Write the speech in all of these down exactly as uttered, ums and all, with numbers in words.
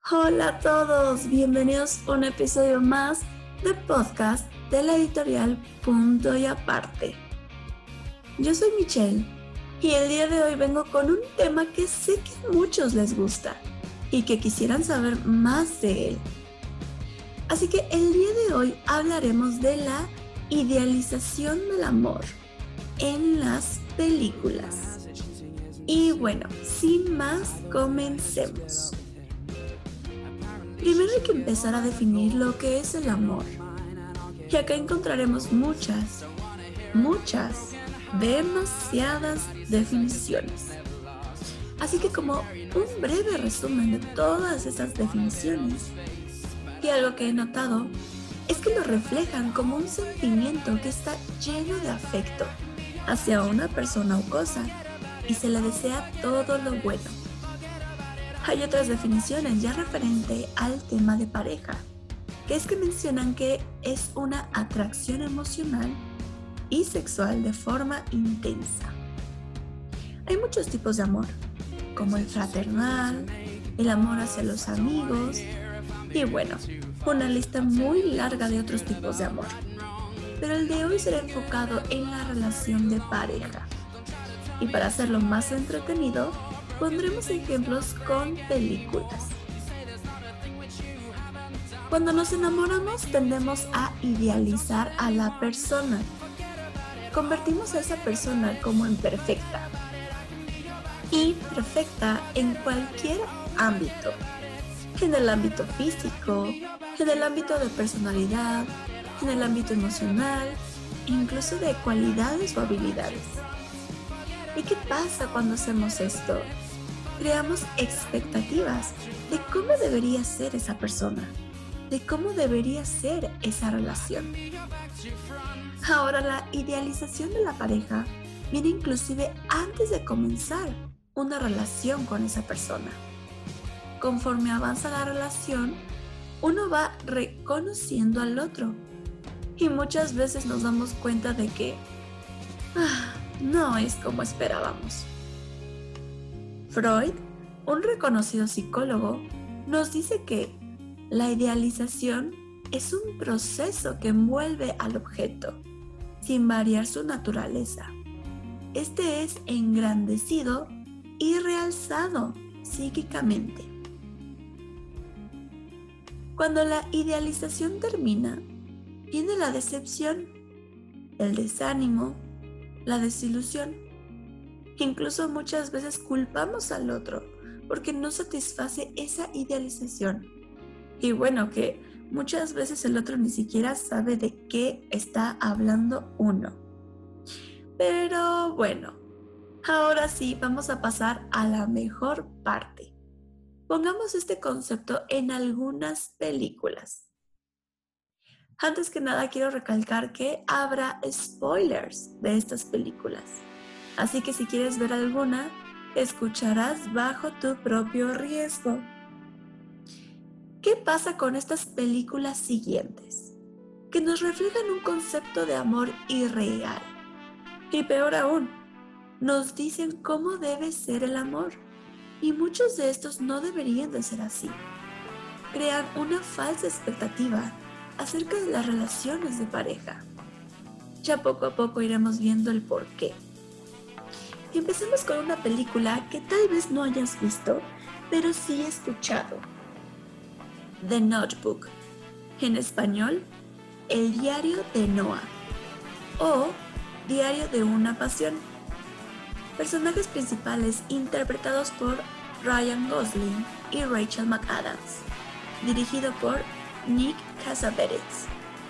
Hola a todos, bienvenidos a un episodio más de podcast de la editorial Punto y Aparte. Yo soy Michelle y el día de hoy vengo con un tema que sé que a muchos les gusta y que quisieran saber más de él. Así que el día de hoy hablaremos de la idealización del amor en las películas. Y bueno, sin más, comencemos. Primero hay que empezar a definir lo que es el amor. Y acá encontraremos muchas, muchas, demasiadas definiciones. Así que como un breve resumen de todas esas definiciones, y algo que he notado es que lo reflejan como un sentimiento que está lleno de afecto hacia una persona o cosa y se le desea todo lo bueno. Hay otras definiciones ya referente al tema de pareja, que es que mencionan que es una atracción emocional y sexual de forma intensa. Hay muchos tipos de amor, como el fraternal, el amor hacia los amigos y bueno, una lista muy larga de otros tipos de amor. Pero el de hoy será enfocado en la relación de pareja. Y para hacerlo más entretenido, pondremos ejemplos con películas. Cuando nos enamoramos tendemos a idealizar a la persona. Convertimos a esa persona como en perfecta. Y perfecta en cualquier ámbito. En el ámbito físico, en el ámbito de personalidad, en el ámbito emocional, incluso de cualidades o habilidades. ¿Y qué pasa cuando hacemos esto? Creamos expectativas de cómo debería ser esa persona, de cómo debería ser esa relación. Ahora, la idealización de la pareja viene inclusive antes de comenzar una relación con esa persona. Conforme avanza la relación, uno va reconociendo al otro y muchas veces nos damos cuenta de que ah, no es como esperábamos. Freud, un reconocido psicólogo, nos dice que la idealización es un proceso que envuelve al objeto, sin variar su naturaleza. Este es engrandecido y realzado psíquicamente. Cuando la idealización termina, viene la decepción, el desánimo, la desilusión. Incluso muchas veces culpamos al otro porque no satisface esa idealización. Y bueno, que muchas veces el otro ni siquiera sabe de qué está hablando uno. Pero bueno, ahora sí vamos a pasar a la mejor parte. Pongamos este concepto en algunas películas. Antes que nada quiero recalcar que habrá spoilers de estas películas. Así que si quieres ver alguna, escucharás bajo tu propio riesgo. ¿Qué pasa con estas películas siguientes? Que nos reflejan un concepto de amor irreal. Y peor aún, nos dicen cómo debe ser el amor. Y muchos de estos no deberían de ser así. Crean una falsa expectativa acerca de las relaciones de pareja. Ya poco a poco iremos viendo el porqué. Empecemos con una película que tal vez no hayas visto, pero sí escuchado. The Notebook, en español, El diario de Noah, o Diario de una pasión. Personajes principales interpretados por Ryan Gosling y Rachel McAdams, dirigido por Nick Cassavetes.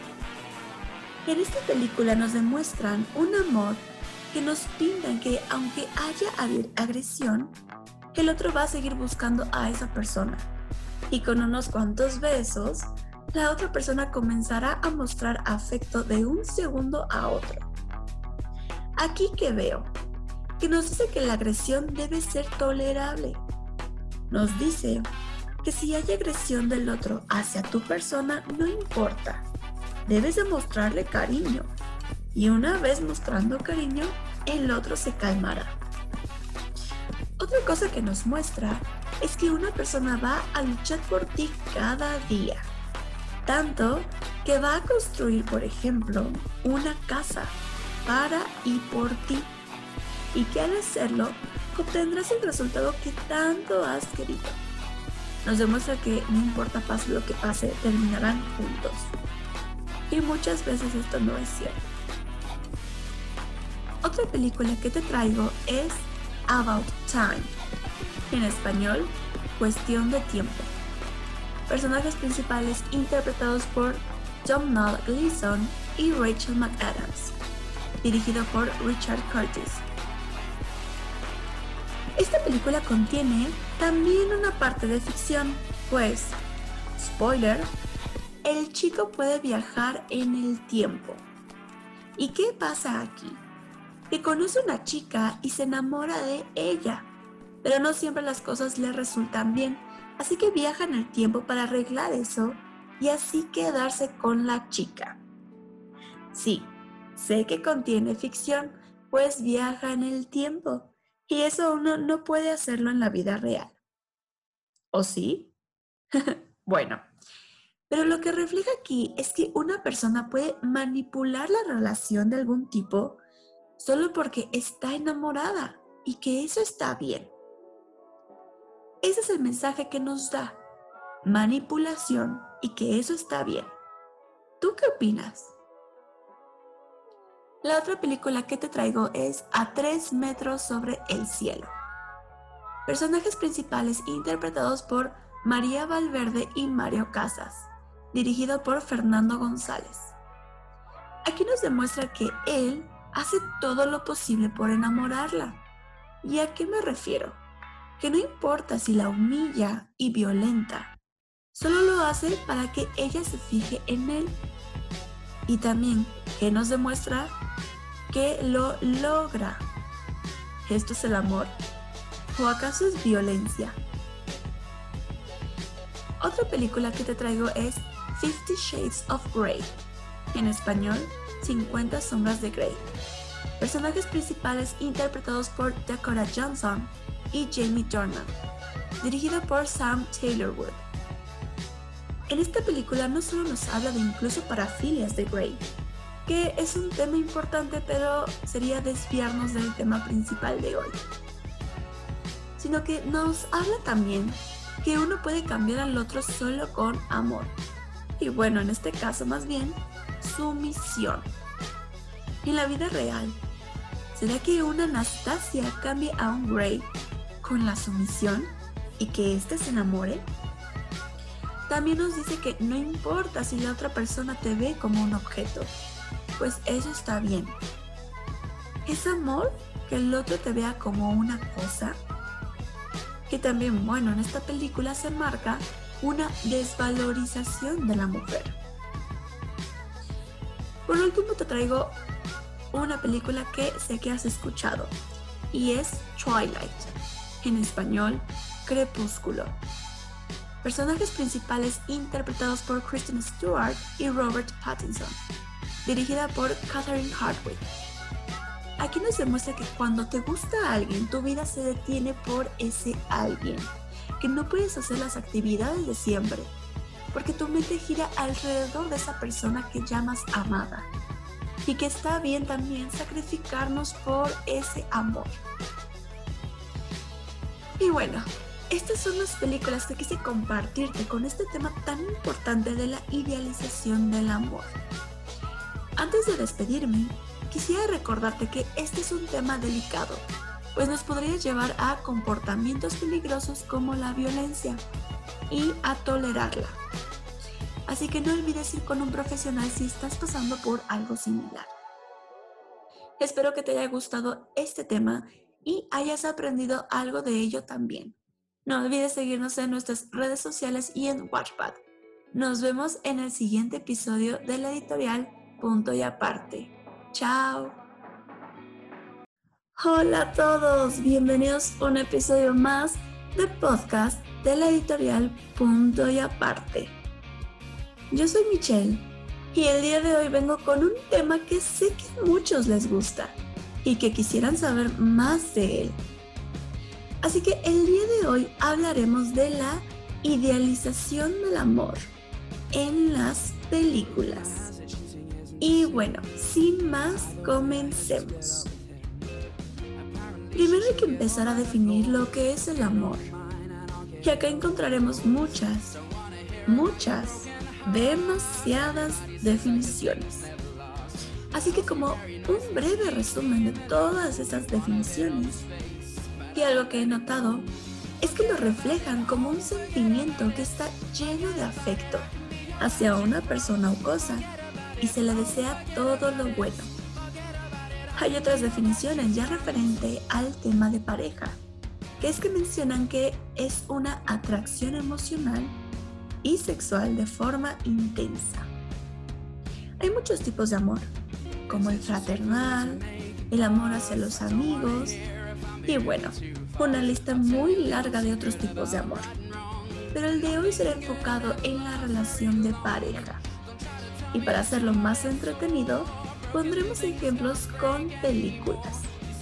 En esta película nos demuestran un amor que nos pintan que aunque haya agresión, el otro va a seguir buscando a esa persona. Y con unos cuantos besos, la otra persona comenzará a mostrar afecto de un segundo a otro. Aquí que veo, que nos dice que la agresión debe ser tolerable. Nos dice que si hay agresión del otro hacia tu persona, no importa. Debes demostrarle cariño. Y una vez mostrando cariño, el otro se calmará. Otra cosa que nos muestra es que una persona va a luchar por ti cada día. Tanto que va a construir, por ejemplo, una casa para y por ti. Y que al hacerlo, obtendrás el resultado que tanto has querido. Nos demuestra que no importa pase lo que pase, terminarán juntos. Y muchas veces esto no es cierto. Otra película que te traigo es About Time. En español, Cuestión de Tiempo. Personajes principales interpretados por Domhnall Gleeson y Rachel McAdams. Dirigido por Richard Curtis. Esta película contiene también una parte de ficción, pues, spoiler, el chico puede viajar en el tiempo. ¿Y qué pasa aquí? Que conoce a una chica y se enamora de ella, pero no siempre las cosas le resultan bien, así que viaja en el tiempo para arreglar eso y así quedarse con la chica. Sí, sé que contiene ficción, pues viaja en el tiempo. Y eso uno no puede hacerlo en la vida real. ¿O sí? Bueno, pero lo que refleja aquí es que una persona puede manipular la relación de algún tipo solo porque está enamorada y que eso está bien. Ese es el mensaje que nos da. Manipulación y que eso está bien. ¿Tú qué opinas? La otra película que te traigo es A tres metros sobre el cielo. Personajes principales interpretados por María Valverde y Mario Casas, dirigido por Fernando González. Aquí nos demuestra que él hace todo lo posible por enamorarla. ¿Y a qué me refiero? Que no importa si la humilla y violenta, solo lo hace para que ella se fije en él. Y también que nos demuestra que lo logra. ¿Esto es el amor? ¿O acaso es violencia? Otra película que te traigo es Fifty Shades of Grey. En español, cincuenta sombras de Grey. Personajes principales interpretados por Dakota Johnson y Jamie Dornan. Dirigido por Sam Taylor Wood. En esta película no solo nos habla de incluso parafilias de Grey, que es un tema importante, pero sería desviarnos del tema principal de hoy, sino que nos habla también que uno puede cambiar al otro solo con amor. Y bueno, en este caso más bien, sumisión. En la vida real, ¿será que una Anastasia cambie a un Grey con la sumisión y que éste se enamore? También nos dice que no importa si la otra persona te ve como un objeto, pues eso está bien. ¿Es amor que el otro te vea como una cosa? Que también, bueno, en esta película se marca una desvalorización de la mujer. Por último te traigo una película que sé que has escuchado y es Twilight, en español, Crepúsculo. Personajes principales interpretados por Kristen Stewart y Robert Pattinson, dirigida por Catherine Hardwicke. Aquí nos demuestra que cuando te gusta alguien, tu vida se detiene por ese alguien, que no puedes hacer las actividades de siempre, porque tu mente gira alrededor de esa persona que llamas amada, y que está bien también sacrificarnos por ese amor. Y bueno, estas son las películas que quise compartirte con este tema tan importante de la idealización del amor. Antes de despedirme, quisiera recordarte que este es un tema delicado, pues nos podría llevar a comportamientos peligrosos como la violencia y a tolerarla. Así que no olvides ir con un profesional si estás pasando por algo similar. Espero que te haya gustado este tema y hayas aprendido algo de ello también. No olvides seguirnos en nuestras redes sociales y en Watchpad. Nos vemos en el siguiente episodio de la editorial Punto y Aparte. ¡Chao! Hola a todos, bienvenidos a un episodio más de podcast de la editorial Punto y Aparte. Yo soy Michelle y el día de hoy vengo con un tema que sé que a muchos les gusta y que quisieran saber más de él. Así que el día de hoy hablaremos de la idealización del amor en las películas. Y bueno, sin más, comencemos. Primero hay que empezar a definir lo que es el amor. Y acá encontraremos muchas, muchas, demasiadas definiciones. Así que como un breve resumen de todas esas definiciones, y algo que he notado es que lo reflejan como un sentimiento que está lleno de afecto hacia una persona o cosa y se le desea todo lo bueno. Hay otras definiciones ya referente al tema de pareja, que es que mencionan que es una atracción emocional y sexual de forma intensa. Hay muchos tipos de amor, como el fraternal, el amor hacia los amigos y bueno, una lista muy larga de otros tipos de amor. Pero el de hoy será enfocado en la relación de pareja. Y para hacerlo más entretenido, pondremos ejemplos con películas.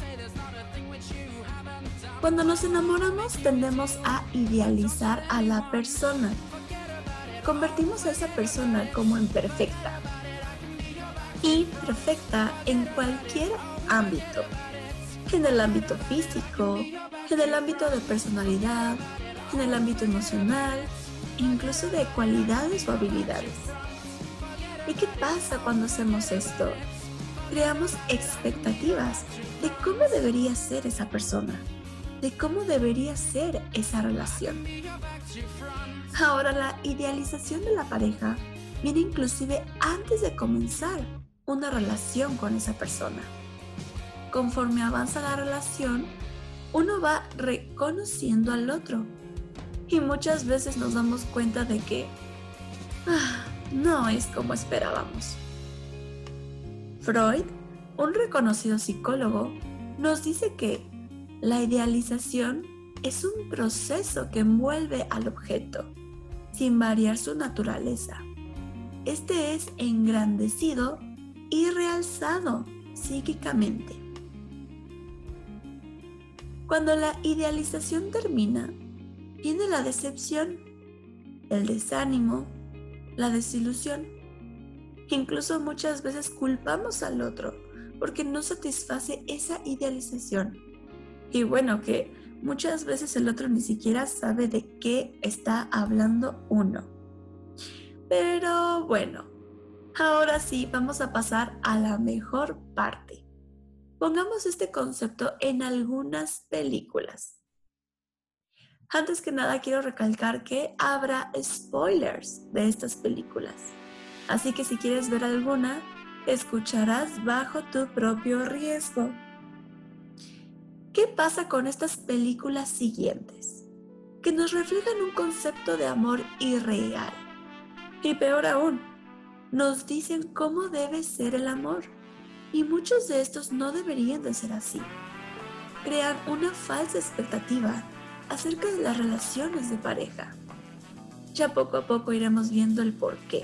Cuando nos enamoramos tendemos a idealizar a la persona. Convertimos a esa persona como en perfecta. Y perfecta en cualquier ámbito. En el ámbito físico, en el ámbito de personalidad, en el ámbito emocional, incluso de cualidades o habilidades. ¿Y qué pasa cuando hacemos esto? Creamos expectativas de cómo debería ser esa persona, de cómo debería ser esa relación. Ahora, la idealización de la pareja viene inclusive antes de comenzar una relación con esa persona. Conforme avanza la relación, uno va reconociendo al otro y muchas veces nos damos cuenta de que ah, no es como esperábamos. Freud, un reconocido psicólogo, nos dice que la idealización es un proceso que envuelve al objeto, sin variar su naturaleza. Este es engrandecido y realzado psíquicamente. Cuando la idealización termina, viene la decepción, el desánimo, la desilusión. Incluso muchas veces culpamos al otro porque no satisface esa idealización. Y bueno, que muchas veces el otro ni siquiera sabe de qué está hablando uno. Pero bueno, ahora sí vamos a pasar a la mejor parte. Pongamos este concepto en algunas películas. Antes que nada quiero recalcar que habrá spoilers de estas películas. Así que si quieres ver alguna, escucharás bajo tu propio riesgo. ¿Qué pasa con estas películas siguientes? Que nos reflejan un concepto de amor irreal. Y peor aún, nos dicen cómo debe ser el amor. Y muchos de estos no deberían de ser así. Crean una falsa expectativa acerca de las relaciones de pareja. Ya poco a poco iremos viendo el porqué.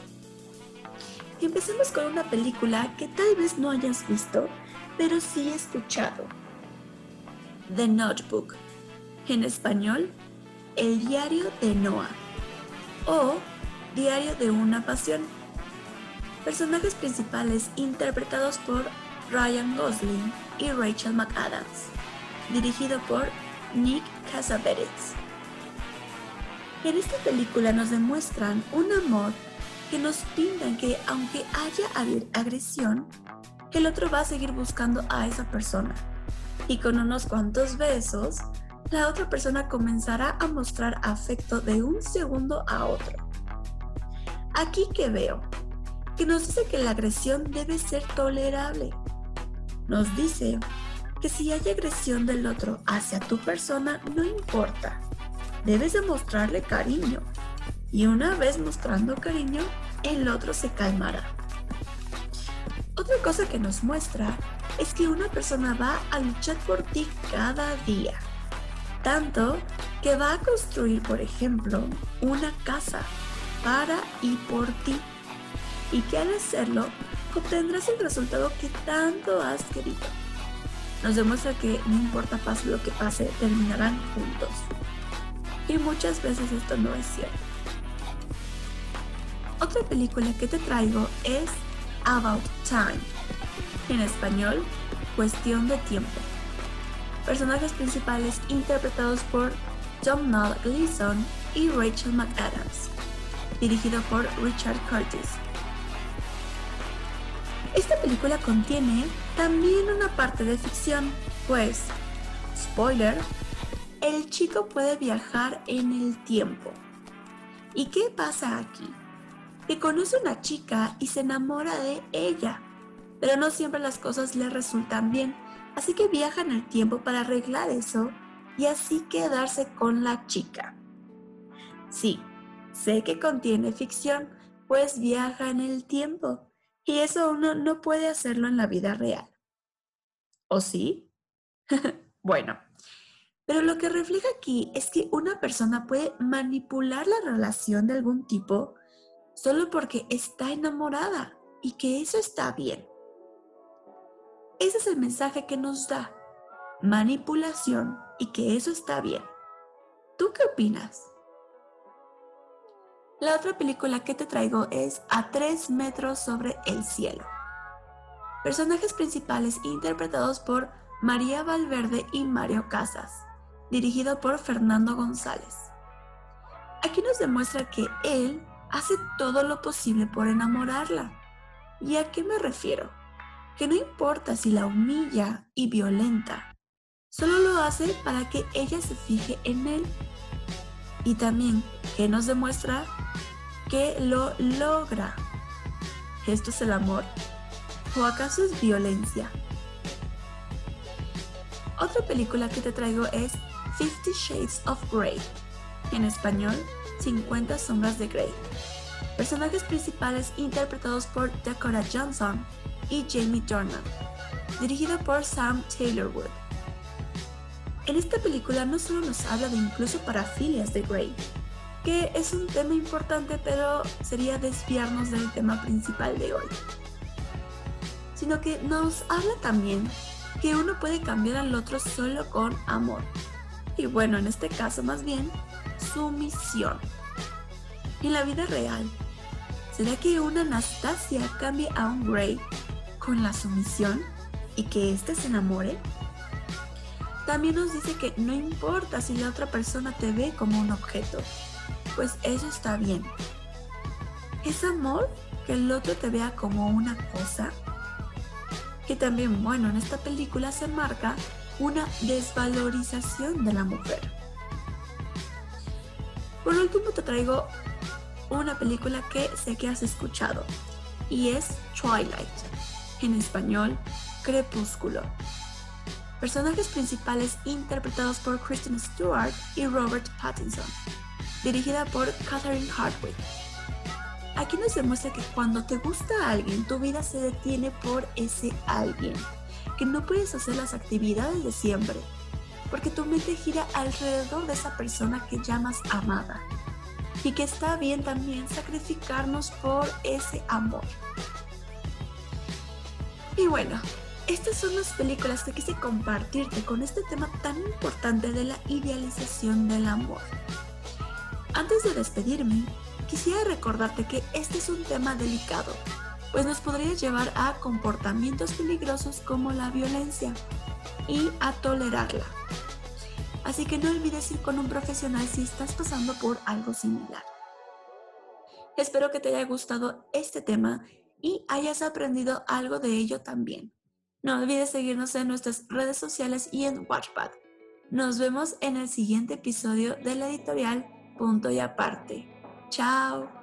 Y empecemos con una película que tal vez no hayas visto, pero sí escuchado. The Notebook. En español, El diario de Noah. O Diario de una pasión. Personajes principales interpretados por Ryan Gosling y Rachel McAdams. Dirigido por Nick Cassavetes. En esta película nos demuestran un amor que nos pintan que aunque haya agresión, el otro va a seguir buscando a esa persona. Y con unos cuantos besos, la otra persona comenzará a mostrar afecto de un segundo a otro. Aquí que veo, que nos dice que la agresión debe ser tolerable. Nos dice que si hay agresión del otro hacia tu persona, no importa. Debes demostrarle cariño. Y una vez mostrando cariño, el otro se calmará. Otra cosa que nos muestra es que una persona va a luchar por ti cada día. Tanto que va a construir, por ejemplo, una casa para y por ti. Y que al hacerlo, obtendrás el resultado que tanto has querido. nos demuestra que no importa pase lo que pase, terminarán juntos. Y muchas veces esto no es cierto. Otra película que te traigo es About Time, en español, Cuestión de Tiempo. Personajes principales interpretados por Domhnall Gleeson y Rachel McAdams, dirigido por Richard Curtis. Esta película contiene también una parte de ficción, pues, spoiler, el chico puede viajar en el tiempo. ¿Y qué pasa aquí? Que conoce a una chica y se enamora de ella, pero no siempre las cosas le resultan bien, así que viaja en el tiempo para arreglar eso y así quedarse con la chica. Sí, sé que contiene ficción, pues viaja en el tiempo, y eso uno no puede hacerlo en la vida real. ¿O sí? Bueno, pero lo que refleja aquí es que una persona puede manipular la relación de algún tipo solo porque está enamorada y que eso está bien. Ese es el mensaje que nos da, manipulación y que eso está bien. ¿Tú qué opinas? La otra película que te traigo es A tres metros sobre el cielo. Personajes principales interpretados por María Valverde y Mario Casas, dirigido por Fernando González. Aquí nos demuestra que él hace todo lo posible por enamorarla. ¿Y a qué me refiero? Que no importa si la humilla y violenta, solo lo hace para que ella se fije en él. Y también que nos demuestra que lo logra. ¿Esto es el amor? ¿O acaso es violencia? Otra película que te traigo es Fifty Shades of Grey, en español, cincuenta sombras de Grey. Personajes principales interpretados por Dakota Johnson y Jamie Dornan, dirigido por Sam Taylor Wood. En esta película no solo nos habla de incluso parafilias de Grey, que es un tema importante, pero sería desviarnos del tema principal de hoy, sino que nos habla también que uno puede cambiar al otro solo con amor. Y bueno, en este caso más bien, sumisión. En la vida real, ¿será que una Anastasia cambie a un Grey con la sumisión y que éste se enamore? También nos dice que no importa si la otra persona te ve como un objeto, pues eso está bien. ¿Es amor que el otro te vea como una cosa? Que también, bueno, en esta película se marca una desvalorización de la mujer. Por último te traigo una película que sé que has escuchado y es Twilight, en español, Crepúsculo. Personajes principales interpretados por Kristen Stewart y Robert Pattinson, dirigida por Catherine Hardwicke. Aquí nos demuestra que cuando te gusta a alguien, tu vida se detiene por ese alguien, que no puedes hacer las actividades de siempre, porque tu mente gira alrededor de esa persona que llamas amada, y que está bien también sacrificarnos por ese amor. Y bueno, estas son las películas que quise compartirte con este tema tan importante de la idealización del amor. Antes de despedirme, quisiera recordarte que este es un tema delicado, pues nos podría llevar a comportamientos peligrosos como la violencia y a tolerarla. Así que no olvides ir con un profesional si estás pasando por algo similar. Espero que te haya gustado este tema y hayas aprendido algo de ello también. No olvides seguirnos en nuestras redes sociales y en Watchpad. Nos vemos en el siguiente episodio de la editorial Punto y Aparte. ¡Chao!